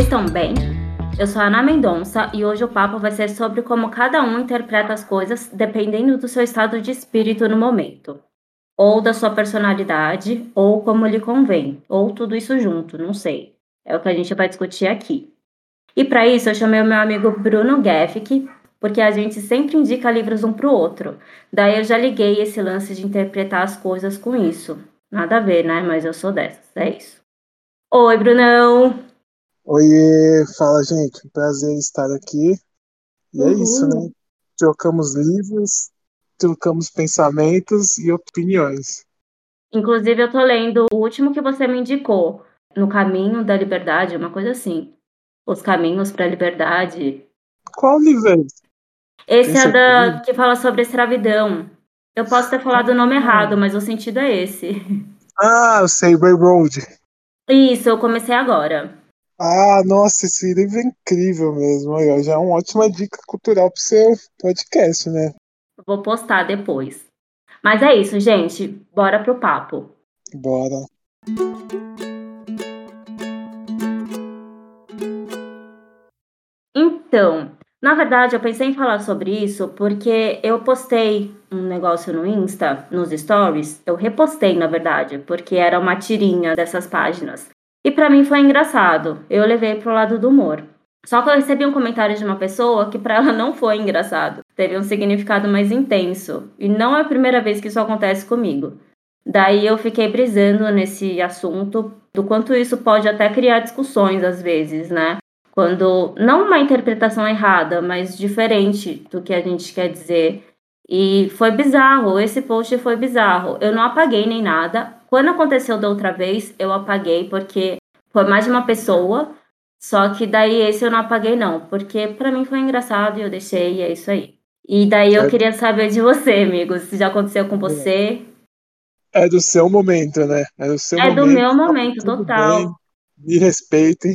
Vocês estão bem? Eu sou a Ana Mendonça e hoje o papo vai ser sobre como cada um interpreta as coisas dependendo do seu estado de espírito no momento, ou da sua personalidade, ou como lhe convém, ou tudo isso junto, não sei. É o que a gente vai discutir aqui. E para isso eu chamei o meu amigo Bruno Geffick, porque a gente sempre indica livros um para o outro. Daí eu já liguei esse lance de interpretar as coisas com isso. Nada a ver, né? Mas eu sou dessas, é isso. Oi, Brunão! Oiê, fala gente, prazer estar aqui. E é isso, né? Uhul! Trocamos livros, trocamos pensamentos e opiniões. Inclusive, eu tô lendo o último que você me indicou, No Caminho da Liberdade, uma coisa assim. Os Caminhos para a Liberdade. Qual livro é esse? Tem Esse é certeza? da que fala sobre escravidão. Eu posso ter falado o nome errado, Ah, mas o sentido é esse. eu sei, Railroad. Isso, eu comecei agora. Ah, nossa, esse livro é incrível mesmo. Aí, ó, já é uma ótima dica cultural pro seu podcast, né? Vou postar depois. Mas é isso, gente. Bora pro papo. Bora. Então, na verdade, eu pensei em falar sobre isso porque eu postei um negócio no Insta, nos stories. Eu repostei, na verdade, porque era uma tirinha dessas páginas. E pra mim foi engraçado. Eu levei pro lado do humor. Só que eu recebi um comentário de uma pessoa que pra ela não foi engraçado. Teve um significado mais intenso. E não é a primeira vez que isso acontece comigo. Daí eu fiquei brisando nesse assunto, do quanto isso pode até criar discussões às vezes, né? Quando não uma interpretação errada, mas diferente do que a gente quer dizer. E foi bizarro, esse post foi bizarro. Eu não apaguei nem nada. Quando aconteceu da outra vez, eu apaguei porque foi mais de uma pessoa. Só que daí esse eu não apaguei não, porque pra mim foi engraçado e eu deixei, e é isso aí. E daí eu É, queria saber de você, amigo, se já aconteceu com você. é do seu momento, né? É do seu É do momento. meu Tá momento, tudo total. bem. Me respeitem.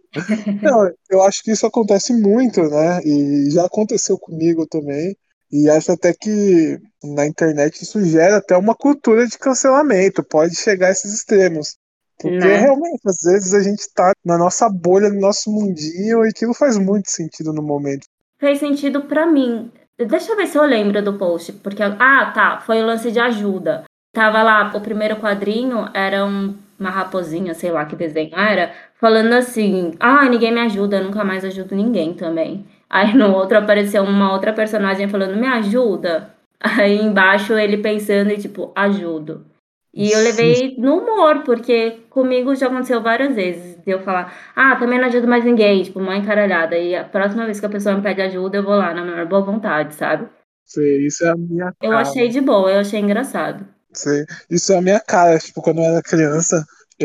Não, eu acho que isso acontece muito, né? E já aconteceu comigo também. E acho até que na internet isso gera até uma cultura de cancelamento, pode chegar a esses extremos. Porque Né? realmente, às vezes a gente tá na nossa bolha, no nosso mundinho, e aquilo faz muito sentido no momento. Fez sentido pra mim. Deixa eu ver se eu lembro do post, porque tá, foi o lance de ajuda. Tava lá, o primeiro quadrinho era uma raposinha, sei lá que desenho era, falando assim: ninguém me ajuda, eu nunca mais ajudo ninguém também. Aí no outro apareceu uma outra personagem falando: me ajuda. Aí embaixo ele pensando e tipo, ajudo. E eu levei no humor, porque comigo já aconteceu várias vezes de eu falar: também não ajudo mais ninguém, tipo, uma encaralhada. E a próxima vez que a pessoa me pede ajuda, eu vou lá na maior boa vontade, sabe? Isso é a minha Eu achei cara. de boa, eu achei engraçado. Isso é a minha cara. Tipo, quando eu era criança,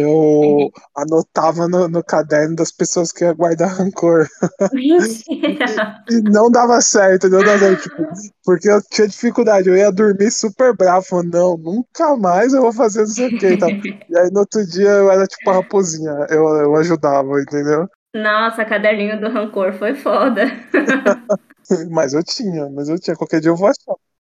eu anotava no caderno das pessoas que ia guardar rancor. Mentira! E não dava certo, não dava certo, tipo, porque eu tinha dificuldade, eu ia dormir super bravo, falando, não, nunca mais eu vou fazer não sei o que e tal. E aí no outro dia eu era tipo a raposinha, eu ajudava, entendeu? Nossa, caderninho do rancor foi foda. Mas eu tinha, qualquer dia eu vou achar.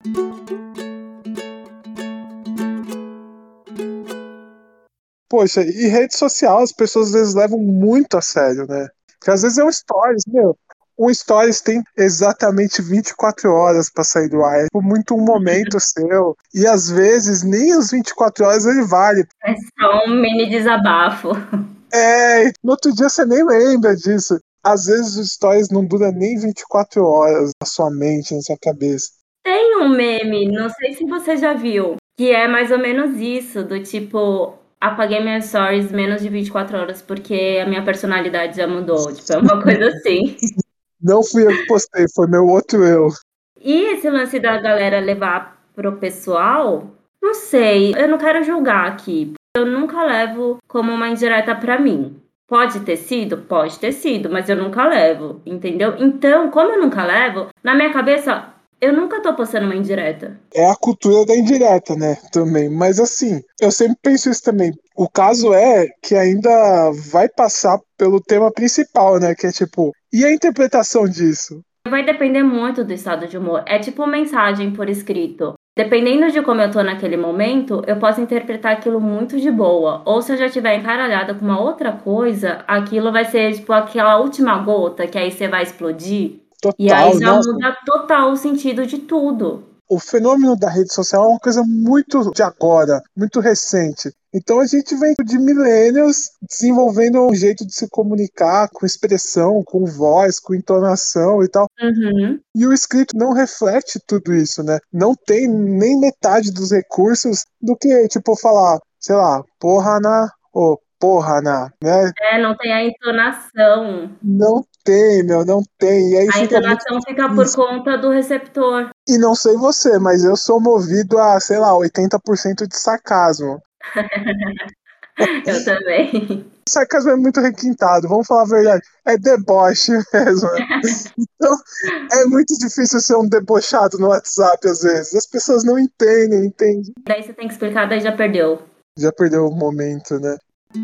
Poxa, e rede social as pessoas às vezes levam muito a sério, né? Porque às vezes é um stories, meu. Um stories tem exatamente 24 horas pra sair do ar. É tipo, muito um momento seu. E às vezes nem os 24 horas ele vale. É só um mini desabafo. No outro dia você nem lembra disso. Às vezes os stories não duram nem 24 horas na sua mente, na sua cabeça. Tem um meme, não sei se você já viu, que é mais ou menos isso, do tipo, apaguei minhas stories menos de 24 horas porque a minha personalidade já mudou. Tipo, é uma coisa assim. Não fui eu que postei, foi meu outro eu. E esse lance da galera levar pro pessoal, não sei, eu não quero julgar aqui. Eu nunca levo como uma indireta pra mim. Pode ter sido? Pode ter sido, mas eu nunca levo, entendeu? Então, como eu nunca levo, na minha cabeça, eu nunca tô postando uma indireta. É a cultura da indireta, né? Também. Mas assim, eu sempre penso isso também. O caso é que ainda vai passar pelo tema principal, né? Que é tipo, e a interpretação disso? Vai depender muito do estado de humor. É tipo mensagem por escrito. Dependendo de como eu tô naquele momento, eu posso interpretar aquilo muito de boa. Ou se eu já estiver encaralhada com uma outra coisa, aquilo vai ser tipo aquela última gota que aí você vai explodir. E aí Total, já nossa. muda total o sentido de tudo. O fenômeno da rede social é uma coisa muito de agora, muito recente. Então a gente vem de milênios desenvolvendo um jeito de se comunicar com expressão, com voz, com entonação e tal. Uhum. E o escrito não reflete tudo isso, né? Não tem nem metade dos recursos do que, tipo, falar, sei lá, porra na, ou porra na, né? Não tem a entonação. Não tem, meu, não tem. E aí A fica muito entonação fica por difícil. conta do receptor. E não sei você, mas eu sou movido a, sei lá, 80% de sarcasmo. Eu também. Sarcasmo é muito requintado, vamos falar a verdade. É deboche mesmo. Então, é muito difícil ser um debochado no WhatsApp, às vezes. As pessoas não entendem, entendem. Daí você tem que explicar, daí já perdeu. Já perdeu o momento, né?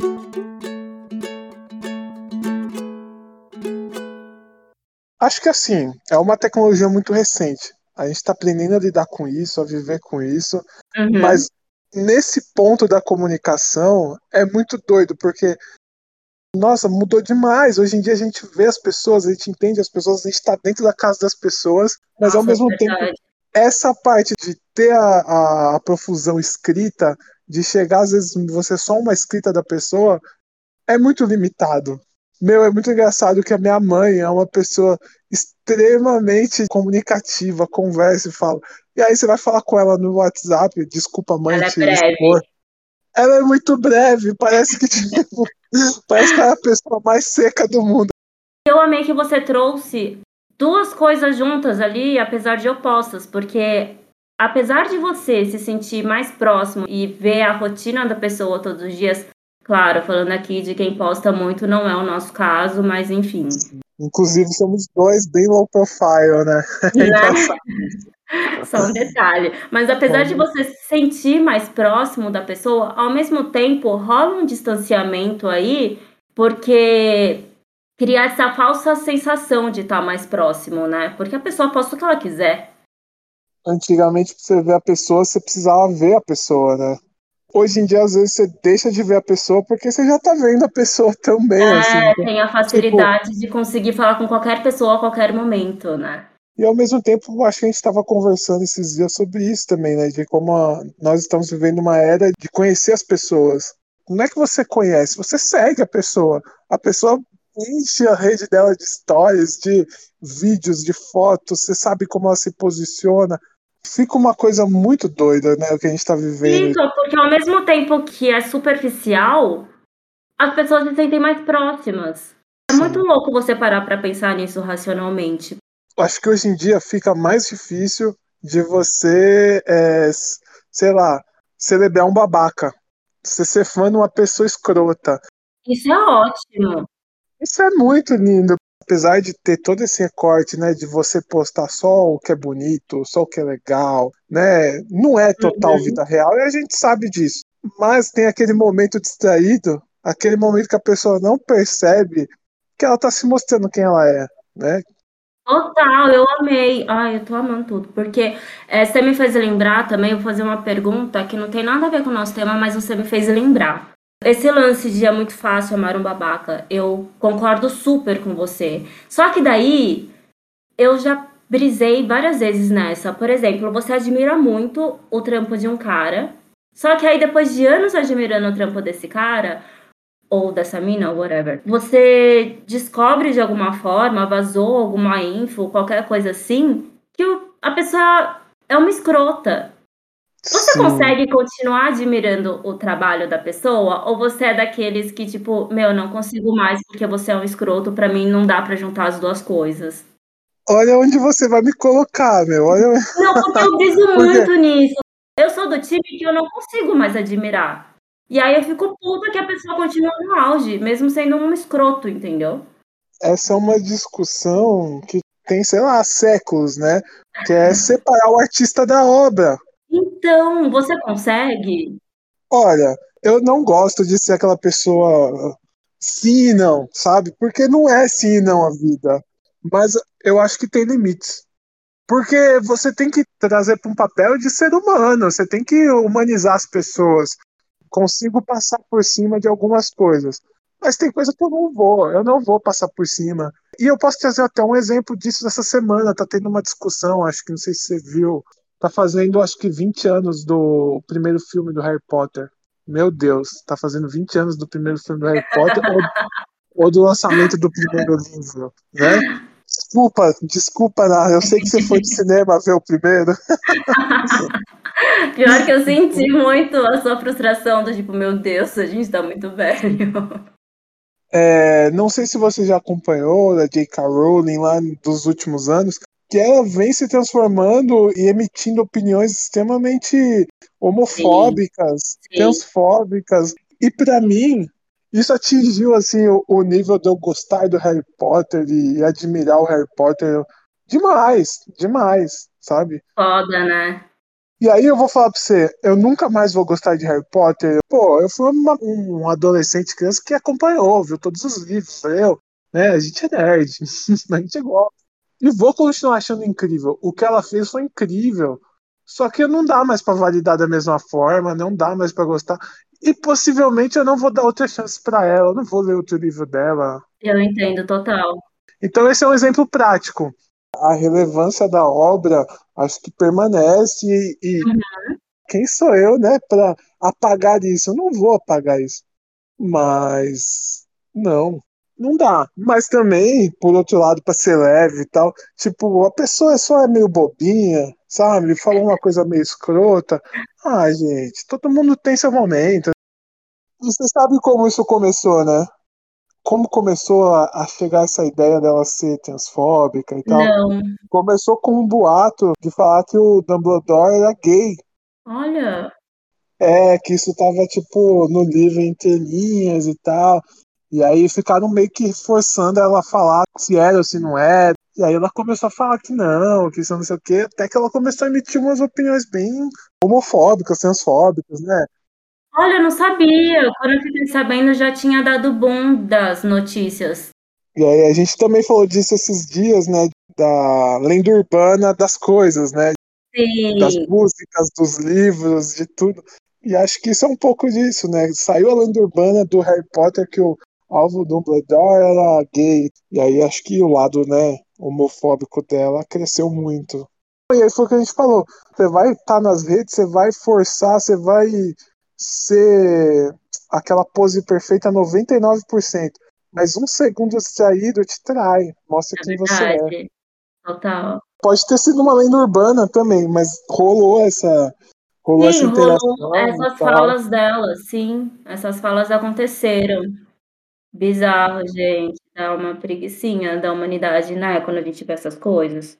Acho que assim, é uma tecnologia muito recente. A gente está aprendendo a lidar com isso, a viver com isso, Uhum. mas nesse ponto da comunicação é muito doido, porque, nossa, mudou demais. Hoje em dia a gente vê as pessoas, a gente entende as pessoas, a gente está dentro da casa das pessoas, mas ao Nossa, mesmo tempo, verdade. essa parte de ter a profusão escrita, de chegar às vezes você é só uma escrita da pessoa, é muito limitado. Meu, é muito engraçado que a minha mãe é uma pessoa extremamente comunicativa, conversa e fala. E aí você vai falar com ela no WhatsApp, desculpa mãe Ela é te breve. expor. Ela é muito breve, parece que tipo, parece que ela é a pessoa mais seca do mundo. Eu amei que você trouxe duas coisas juntas ali, apesar de opostas, porque apesar de você se sentir mais próximo e ver a rotina da pessoa todos os dias, claro, falando aqui de quem posta muito, não é o nosso caso, mas enfim, Inclusive somos dois bem low profile, né? É né? engraçado. Só um detalhe. Mas apesar de você se sentir mais próximo da pessoa, ao mesmo tempo rola um distanciamento aí, porque cria essa falsa sensação de estar mais próximo, né? Porque a pessoa posta o que ela quiser. Antigamente, pra você ver a pessoa, você precisava ver a pessoa, né? Hoje em dia, às vezes, você deixa de ver a pessoa porque você já tá vendo a pessoa também, assim. Então, Tem a tipo, facilidade de conseguir falar com qualquer pessoa a qualquer momento, né? e ao mesmo tempo, acho que a gente estava conversando esses dias sobre isso também, né? De como nós estamos vivendo uma era de conhecer as pessoas. Não é que você conhece, você segue a pessoa. A pessoa enche a rede dela de stories, de vídeos, de fotos, você sabe como ela se posiciona. Fica uma coisa muito doida, né? O que a gente está vivendo. Fica, porque ao mesmo tempo que é superficial, as pessoas se sentem mais próximas. É muito Sim. louco você parar pra pensar nisso racionalmente. Acho que hoje em dia fica mais difícil de você, sei lá, celebrar um babaca. Você ser fã de uma pessoa escrota. Isso é ótimo. Isso é muito lindo. Apesar de ter todo esse recorte, né, de você postar só o que é bonito, só o que é legal, né, não é total Uhum. vida real e a gente sabe disso. Mas tem aquele momento distraído, aquele momento que a pessoa não percebe que ela tá se mostrando quem ela é, né? Total, eu amei. Ai, eu tô amando tudo. Porque você me fez lembrar também, eu vou fazer uma pergunta que não tem nada a ver com o nosso tema, mas você me fez lembrar. Esse lance de é muito fácil amar um babaca, eu concordo super com você. Só que daí, eu já brisei várias vezes nessa. Por exemplo, você admira muito o trampo de um cara, só que aí depois de anos admirando o trampo desse cara, ou dessa mina, ou whatever, você descobre de alguma forma, vazou alguma info, qualquer coisa assim, que a pessoa é uma escrota. Você Sim. consegue continuar admirando o trabalho da pessoa? Ou você é daqueles que, tipo, meu, não consigo mais porque você é um escroto, pra mim não dá pra juntar as duas coisas? Olha onde você vai me colocar, meu. Olha. Não, porque eu briso Porque muito nisso. Eu sou do time que eu não consigo mais admirar. E aí eu fico puta que a pessoa continua no auge, mesmo sendo um escroto, entendeu? essa é uma discussão que tem, sei lá, séculos, né? Que é separar o artista da obra. Então, você consegue? Olha, eu não gosto de ser aquela pessoa sim e não, sabe? Porque não é sim e não a vida. Mas eu acho que tem limites. Porque você tem que trazer para um papel de ser humano, você tem que humanizar as pessoas. Consigo passar por cima de algumas coisas. Mas tem coisa que eu não vou passar por cima. E eu posso trazer até um exemplo disso dessa semana. Tá tendo uma discussão, acho que não sei se você viu. Tá fazendo, acho que 20 anos do primeiro filme do Harry Potter. Meu Deus, tá fazendo 20 anos do primeiro filme do Harry Potter ou do lançamento do primeiro livro, né? Desculpa, Nara. Eu sei que você foi de cinema ver o primeiro. Pior que eu senti muito a sua frustração do tipo, meu Deus, a gente tá muito velho. Não sei se você já acompanhou a J.K. Rowling lá dos últimos anos, que ela vem se transformando e emitindo opiniões extremamente Sim, homofóbicas, sim, transfóbicas. E para mim, isso atingiu assim o nível de eu gostar do Harry Potter e admirar o Harry Potter demais, demais, sabe? foda, né? E aí eu vou falar pra você, eu nunca mais vou gostar de Harry Potter. Pô, eu fui um adolescente, criança que acompanhou, viu todos os livros, né? A gente é nerd, a gente gosta. E vou continuar achando incrível. O que ela fez foi incrível. Só que não dá mais pra validar da mesma forma, não dá mais pra gostar. E possivelmente eu não vou dar outra chance pra ela, eu não vou ler outro livro dela. Eu entendo total. Então esse é um exemplo prático. A relevância da obra acho que permanece e quem sou eu, né, para apagar isso? Eu não vou apagar isso. Mas não dá. Mas também, por outro lado, para ser leve e tal, tipo, a pessoa só é meio bobinha, sabe? Falou uma coisa meio escrota. Ah, gente, todo mundo tem seu momento. E você sabe como isso começou, né? Como começou a chegar essa ideia dela ser transfóbica e tal? Não, Começou com um boato de falar que o Dumbledore era gay. olha, Que isso tava, tipo, no livro entre linhas e tal. E aí ficaram meio que forçando ela a falar se era ou se não era. E aí ela começou a falar que isso não sei o quê, até que ela começou a emitir umas opiniões bem homofóbicas, transfóbicas, né? olha, eu não sabia. Quando eu fiquei sabendo, já tinha dado boom das notícias. E aí a gente também falou disso esses dias, né? Da lenda urbana das coisas, né? Das Sim, músicas, dos livros, de tudo. E acho que isso é um pouco disso, né? Saiu a lenda urbana do Harry Potter que o alvo Dumbledore era gay. E aí acho que o lado, né, homofóbico dela cresceu muito. E aí foi o que a gente falou. Você vai estar nas redes, você vai forçar, você vai ser aquela pose perfeita 99%. Mas um segundo distraído te trai, mostra é quem você é. verdade. Total. Pode ter sido uma lenda urbana também, mas rolou essa Sim, rolou interação e essas tal. falas dela, sim. Essas falas aconteceram. Bizarro, gente. Dá uma preguicinha da humanidade, né? Quando a gente vê essas coisas.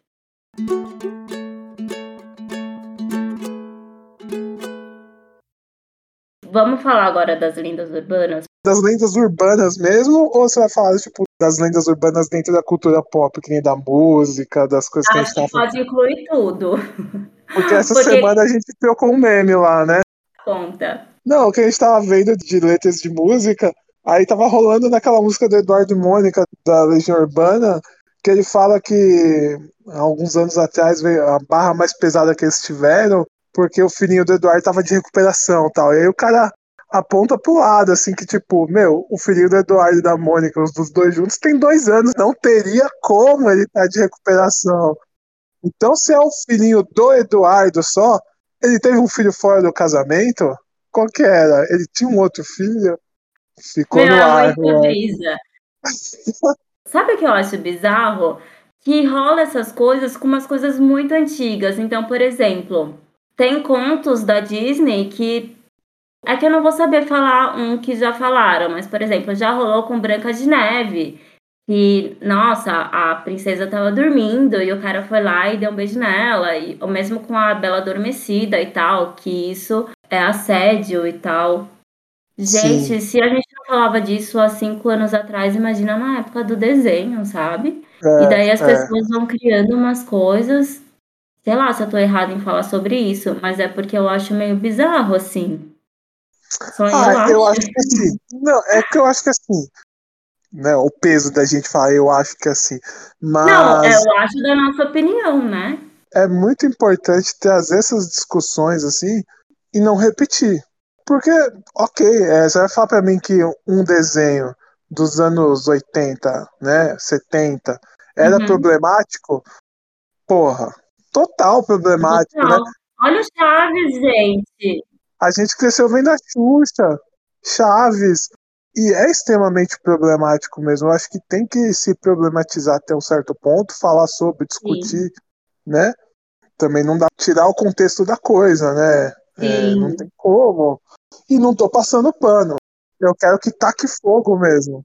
Vamos falar agora das lendas urbanas? Das lendas urbanas mesmo, ou você vai falar, tipo, das lendas urbanas dentro da cultura pop, que nem da música, das coisas que a gente Acho tava que falando? pode incluir tudo. Porque essa Porque semana a gente trocou um meme lá, né? conta. Não, o que a gente tava vendo de letras de música, aí tava rolando naquela música do Eduardo e Mônica, da Legião Urbana, que ele fala que há alguns anos atrás veio a barra mais pesada que eles tiveram, porque o filhinho do Eduardo tava de recuperação e tal. E aí o cara aponta pro lado, assim, que tipo, meu, o filhinho do Eduardo e da Mônica, os dos dois juntos, tem 2 anos, não teria como ele estar de recuperação. Então, se é o filhinho do Eduardo só, ele teve um filho fora do casamento? Qual que era? Ele tinha um outro filho? Ficou Meu, no é ar, muito ué. brisa. Sabe o que eu acho bizarro? Que rola essas coisas com umas coisas muito antigas. Então, por exemplo, tem contos da Disney que é que eu não vou saber falar um que já falaram, mas, por exemplo, já rolou com Branca de Neve. Que, nossa, a princesa estava dormindo e o cara foi lá e deu um beijo nela. E, ou mesmo com a Bela Adormecida e tal, que isso é assédio e tal. Sim, Gente, se a gente não falava disso há 5 anos atrás, imagina na época do desenho, sabe? E daí as é. pessoas vão criando umas coisas, sei lá se eu tô errada em falar sobre isso, mas é porque eu acho meio bizarro, assim. Só eu Eu acho. acho que assim. Não, é que eu acho que assim, né? O peso da gente falar, eu acho que assim. Não, Mas eu acho da nossa opinião, né? é muito importante trazer essas discussões assim e não repetir. Porque, ok, você vai falar pra mim que um desenho dos anos 80, né, 70, era Uhum. problemático? Porra, total problemático, né? Total. Olha o Chaves, gente. A gente cresceu vendo a Xuxa, Chaves, e é extremamente problemático mesmo. Eu acho que tem que se problematizar até um certo ponto, falar sobre, Sim, discutir, né? Também não dá pra tirar o contexto da coisa, né? Não tem sim. como. E não tô passando pano. Eu quero que taque fogo mesmo.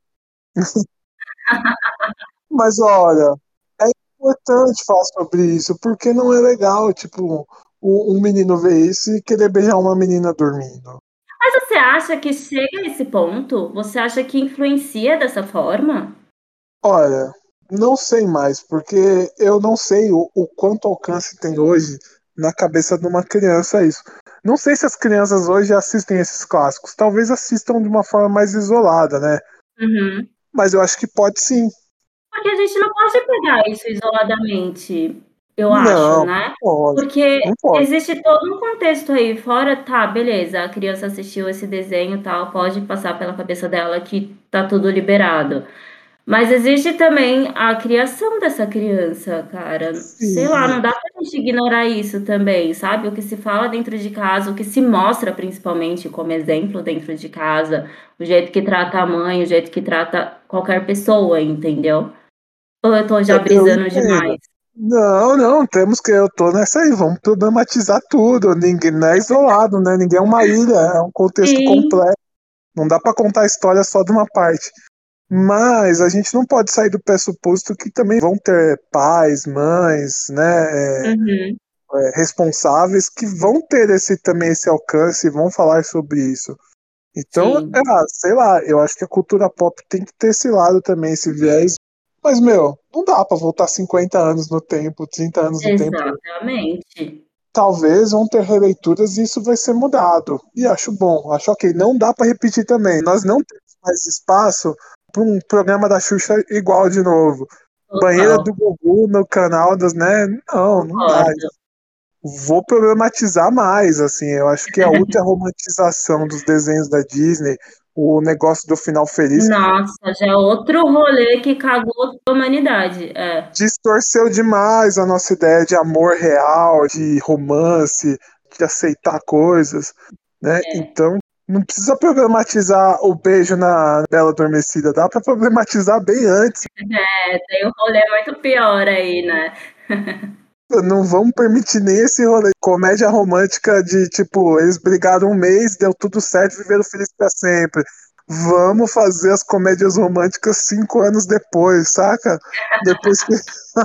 Mas olha, é importante falar sobre isso, porque não é legal, tipo, um menino ver isso e querer beijar uma menina dormindo. Mas você acha que chega a esse ponto? Você acha que influencia dessa forma? Olha, não sei mais, porque eu não sei o quanto alcance tem hoje na cabeça de uma criança isso. Não sei se as crianças hoje assistem esses clássicos. Talvez assistam de uma forma mais isolada, né? Uhum. Mas eu acho que pode sim. Porque a gente não pode pegar isso isoladamente, eu acho, Não, né? pode. Porque Não pode. existe todo um contexto aí fora, tá, beleza, a criança assistiu esse desenho e tal, pode passar pela cabeça dela que tá tudo liberado. Mas existe também a criação dessa criança, cara. Sei lá, Sim. não dá pra gente ignorar isso também, sabe? O que se fala dentro de casa, o que se mostra principalmente como exemplo dentro de casa, o jeito que trata a mãe, o jeito que trata qualquer pessoa, entendeu? Ou eu tô já Eu brisando demais? entendo. Não, não, temos que. Eu tô nessa aí, vamos problematizar tudo. Ninguém não é isolado, né? Ninguém é uma ilha, é um contexto Sim. completo. Não dá pra contar a história só de uma parte. Mas a gente não pode sair do pressuposto que também vão ter pais, mães, né, Uhum. responsáveis que vão ter também esse alcance e vão falar sobre isso. Então, Sim. sei lá, eu acho que a cultura pop tem que ter esse lado também, esse viés. Mas, meu, não dá pra voltar 50 anos no tempo, 30 anos no tempo. Exatamente. Talvez vão ter releituras e isso vai ser mudado. E acho bom, acho ok. Não dá pra repetir também. Nós não temos mais espaço para um programa da Xuxa igual de novo. Banheira Total. do Gugu no canal das, né? Não, não dá. Concordo. Vou problematizar mais, assim. Eu acho que a ultra romantização dos desenhos da Disney, o negócio do final feliz, Nossa, já é outro rolê que cagou a humanidade. É. distorceu demais a nossa ideia de amor real, de romance, de aceitar coisas, né? É. Então, não precisa problematizar o beijo na Bela Adormecida, dá pra problematizar bem antes. É, tem um rolê muito pior aí, né? Não vamos permitir nem esse rolê. Comédia romântica de tipo, eles brigaram um mês, deu tudo certo, viveram felizes pra sempre. Vamos fazer as comédias românticas 5 anos depois, saca? Depois que.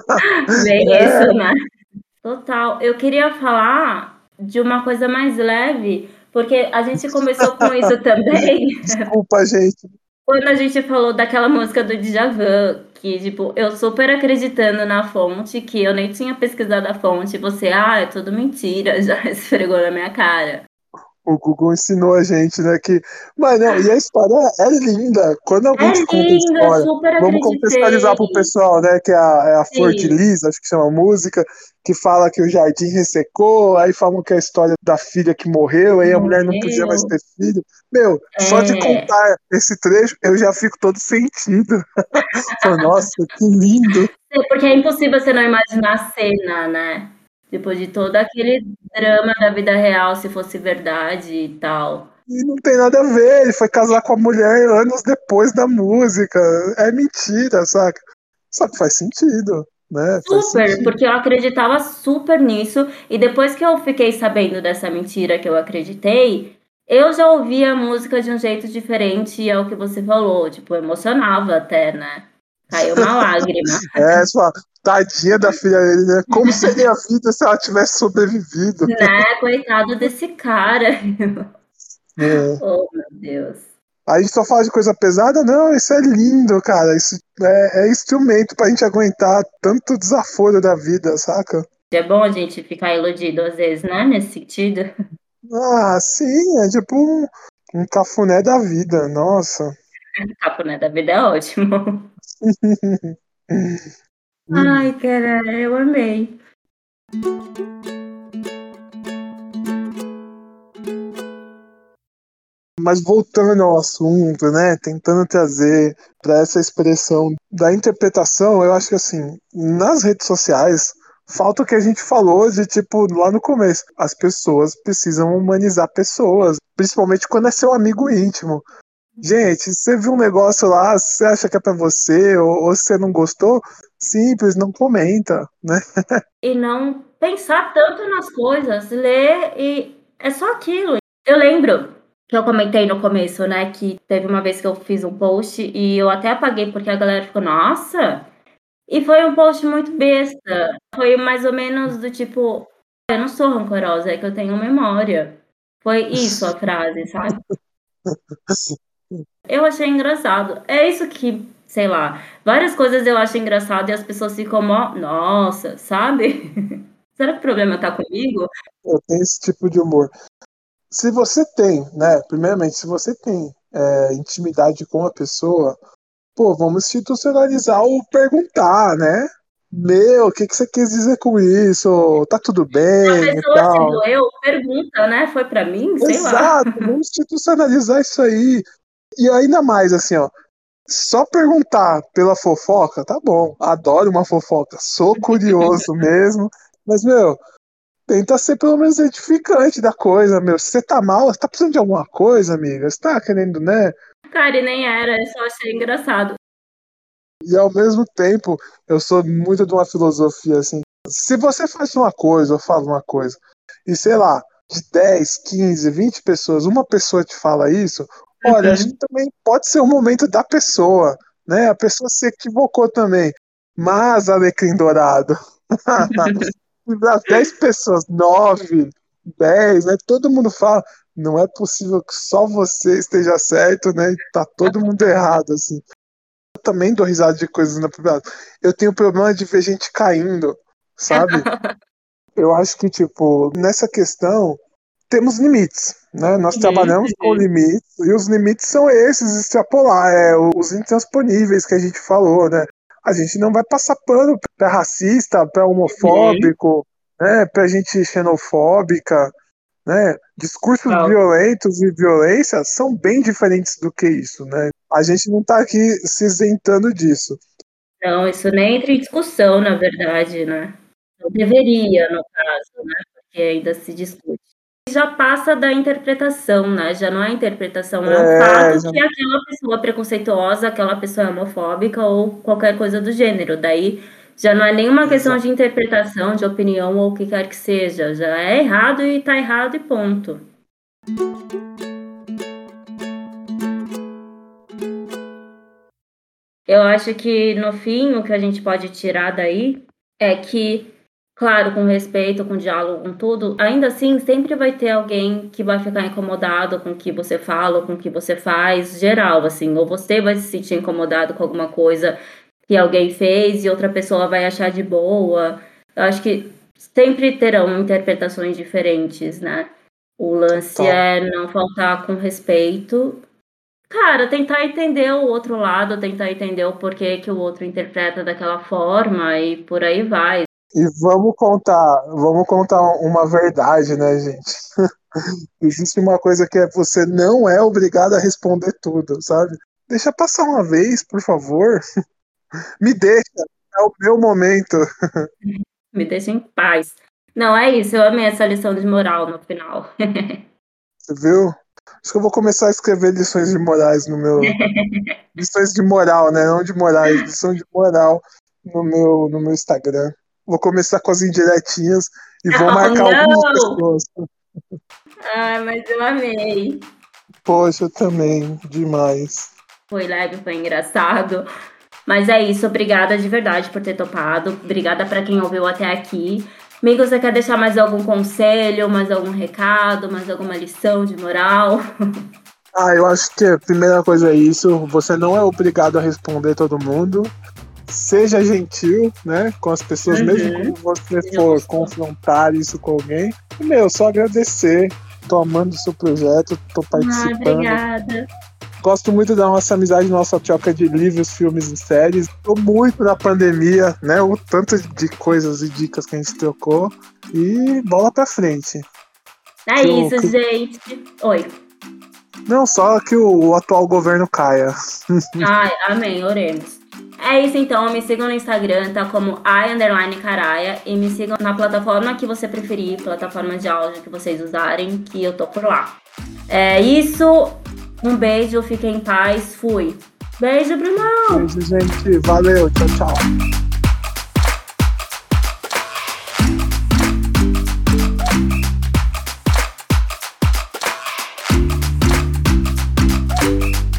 Bem isso, É, né? Total. Eu queria falar de uma coisa mais leve, porque a gente começou com isso também desculpa, gente. quando a gente falou daquela música do Djavan, que, tipo, eu super acreditando na fonte, que eu nem tinha pesquisado a fonte, você, é tudo mentira, já esfregou na minha cara. O Google ensinou a gente, né, que. Mas não, e a história é linda. Quando É alguém te conta a linda, história, super vamos contextualizar acreditei. pro pessoal, né, que é a Flor de Sim, Lis, acho que chama a música, que fala que o jardim ressecou, aí falam que é a história da filha que morreu, aí a mulher não podia mais morreu. ter filho. Meu, só de É. contar esse trecho, eu já fico todo sentido. Falo, nossa, que lindo. Porque é impossível você não imaginar a cena, né? Depois de todo aquele drama da vida real, se fosse verdade e tal. E não tem nada a ver, ele foi casar com a mulher anos depois da música. É mentira, saca? Só que faz sentido, né? Faz Super, sentido. porque eu acreditava super nisso, e depois que eu fiquei sabendo dessa mentira que eu acreditei, eu já ouvia a música de um jeito diferente ao que você falou, tipo, emocionava até, né? Caiu uma lágrima, Só, tadinha da filha dele, né? Como seria a vida se ela tivesse sobrevivido? né? Coitado desse cara. É. Oh, meu Deus. A gente só fala de coisa pesada? Não, isso é lindo, cara. Isso é instrumento pra gente aguentar tanto desaforo da vida, saca? É bom a gente ficar iludido às vezes, né? Nesse sentido. Ah, sim, é tipo um cafuné da vida, nossa. Papo, né, da vida é ótimo. Ai, cara, eu amei. Mas voltando ao assunto, né, tentando trazer para essa expressão da interpretação, eu acho que assim, nas redes sociais, falta o que a gente falou de tipo lá no começo. As pessoas precisam humanizar pessoas, principalmente quando é seu amigo íntimo. Gente, você viu um negócio lá, você acha que é pra você, ou você não gostou, simples, não comenta, né? E não pensar tanto nas coisas, ler e é só aquilo. Eu lembro que eu comentei no começo, né, que teve uma vez que eu fiz um post e eu até apaguei porque a galera ficou, nossa! E foi um post muito besta. Foi mais ou menos do tipo, eu não sou rancorosa, é que eu tenho memória. Foi isso a frase, sabe? Eu achei engraçado. É isso que, sei lá, várias coisas eu acho engraçado e as pessoas ficam mó, nossa, sabe? Será que o problema tá comigo? Eu tenho esse tipo de humor. Se você tem, né, primeiramente, se você tem intimidade com a pessoa, pô, vamos institucionalizar o perguntar, né? Meu, o que que você quis dizer com isso? Tá tudo A bem e pessoa se tal? doeu, pergunta, né? Foi pra mim? Sei lá. Exato, vamos institucionalizar isso aí. E ainda mais, assim, ó, só perguntar pela fofoca, tá bom. Adoro uma fofoca, sou curioso mesmo. Mas, meu, tenta ser pelo menos edificante da coisa, meu. Se você tá mal, você tá precisando de alguma coisa, amiga? Você tá querendo, né? Cara, e nem era, eu só achei engraçado. E ao mesmo tempo, eu sou muito de uma filosofia assim. Se você faz uma coisa ou fala uma coisa, e sei lá, de 10, 15, 20 pessoas, uma pessoa te fala isso, olha, acho que Uhum. também pode ser o momento da pessoa, né? A pessoa se equivocou também. Mas, Alecrim Dourado, das 10 pessoas, 9, 10, né? Todo mundo fala, não é possível que só você esteja certo, né? Tá todo mundo errado, assim. Eu também dou risada de coisas na privada. Eu tenho problema de ver gente caindo, sabe? Eu acho que, tipo, nessa questão, temos limites, né? Nós Uhum, trabalhamos com uhum. limites, e os limites são esses, extrapolar, os intransponíveis que a gente falou, né? A gente não vai passar pano pra racista, pra Uhum. homofóbico, né? Pra gente xenofóbica, né? Discursos Legal. violentos e violência são bem diferentes do que isso, né? A gente não tá aqui se isentando disso. Não, isso nem entra em discussão, na verdade, né? Não deveria, no caso, né? Porque ainda se discute. Já passa da interpretação, né? Já não é interpretação, é um É, fato que aquela pessoa preconceituosa, aquela pessoa é homofóbica ou qualquer coisa do gênero. Daí já não é nenhuma questão de interpretação, de opinião ou o que quer que seja. Já é errado e tá errado e ponto. Eu acho que no fim o que a gente pode tirar daí é que, claro, com respeito, com diálogo, com tudo, ainda assim sempre vai ter alguém que vai ficar incomodado com o que você fala, ou com o que você faz, geral, assim, ou você vai se sentir incomodado com alguma coisa que alguém fez e outra pessoa vai achar de boa. Eu acho que sempre terão interpretações diferentes, né? O lance total. é não faltar com respeito. Cara, tentar entender o outro lado, tentar entender o porquê que o outro interpreta daquela forma e por aí vai. E vamos contar uma verdade, né, gente? Existe uma coisa que é você não é obrigado a responder tudo, sabe? Deixa passar uma vez, por favor. Me deixa, é o meu momento. Me deixa em paz. Não, é isso, eu amei essa lição de moral no final. Você viu? Acho que eu vou começar a escrever lições de morais no meu. Lições de moral, né? Não de morais, lição de moral no meu Instagram. Vou começar com as indiretinhas e vou Oh, marcar algumas não! pessoas. Ai, mas eu amei. Poxa, também, demais. Foi leve, foi engraçado. Mas é isso, obrigada de verdade por ter topado. Obrigada para quem ouviu até aqui. Amigo, você quer deixar mais algum conselho, mais algum recado, mais alguma lição de moral? Ah, eu acho que a primeira coisa é isso. Você não é obrigado a responder todo mundo. Seja gentil, né, com as pessoas, mesmo quando Uhum. você for Justo. confrontar isso com alguém. E, meu, só agradecer. Tô amando o seu projeto, tô Ai, participando. obrigada. Gosto muito da nossa amizade, nossa troca de livros, filmes e séries. Tô muito na pandemia, né? O tanto de coisas e dicas que a gente trocou. E bola pra frente. É isso, gente. Oi. Não, só que o atual governo caia. Ai, amém, oremos. É isso então, me sigam no Instagram, tá como @caraia, e me sigam na plataforma que você preferir, plataforma de áudio que vocês usarem, que eu tô por lá. É isso, um beijo, fiquem em paz, fui. Beijo, Brunão! Beijo, gente, valeu, tchau, tchau.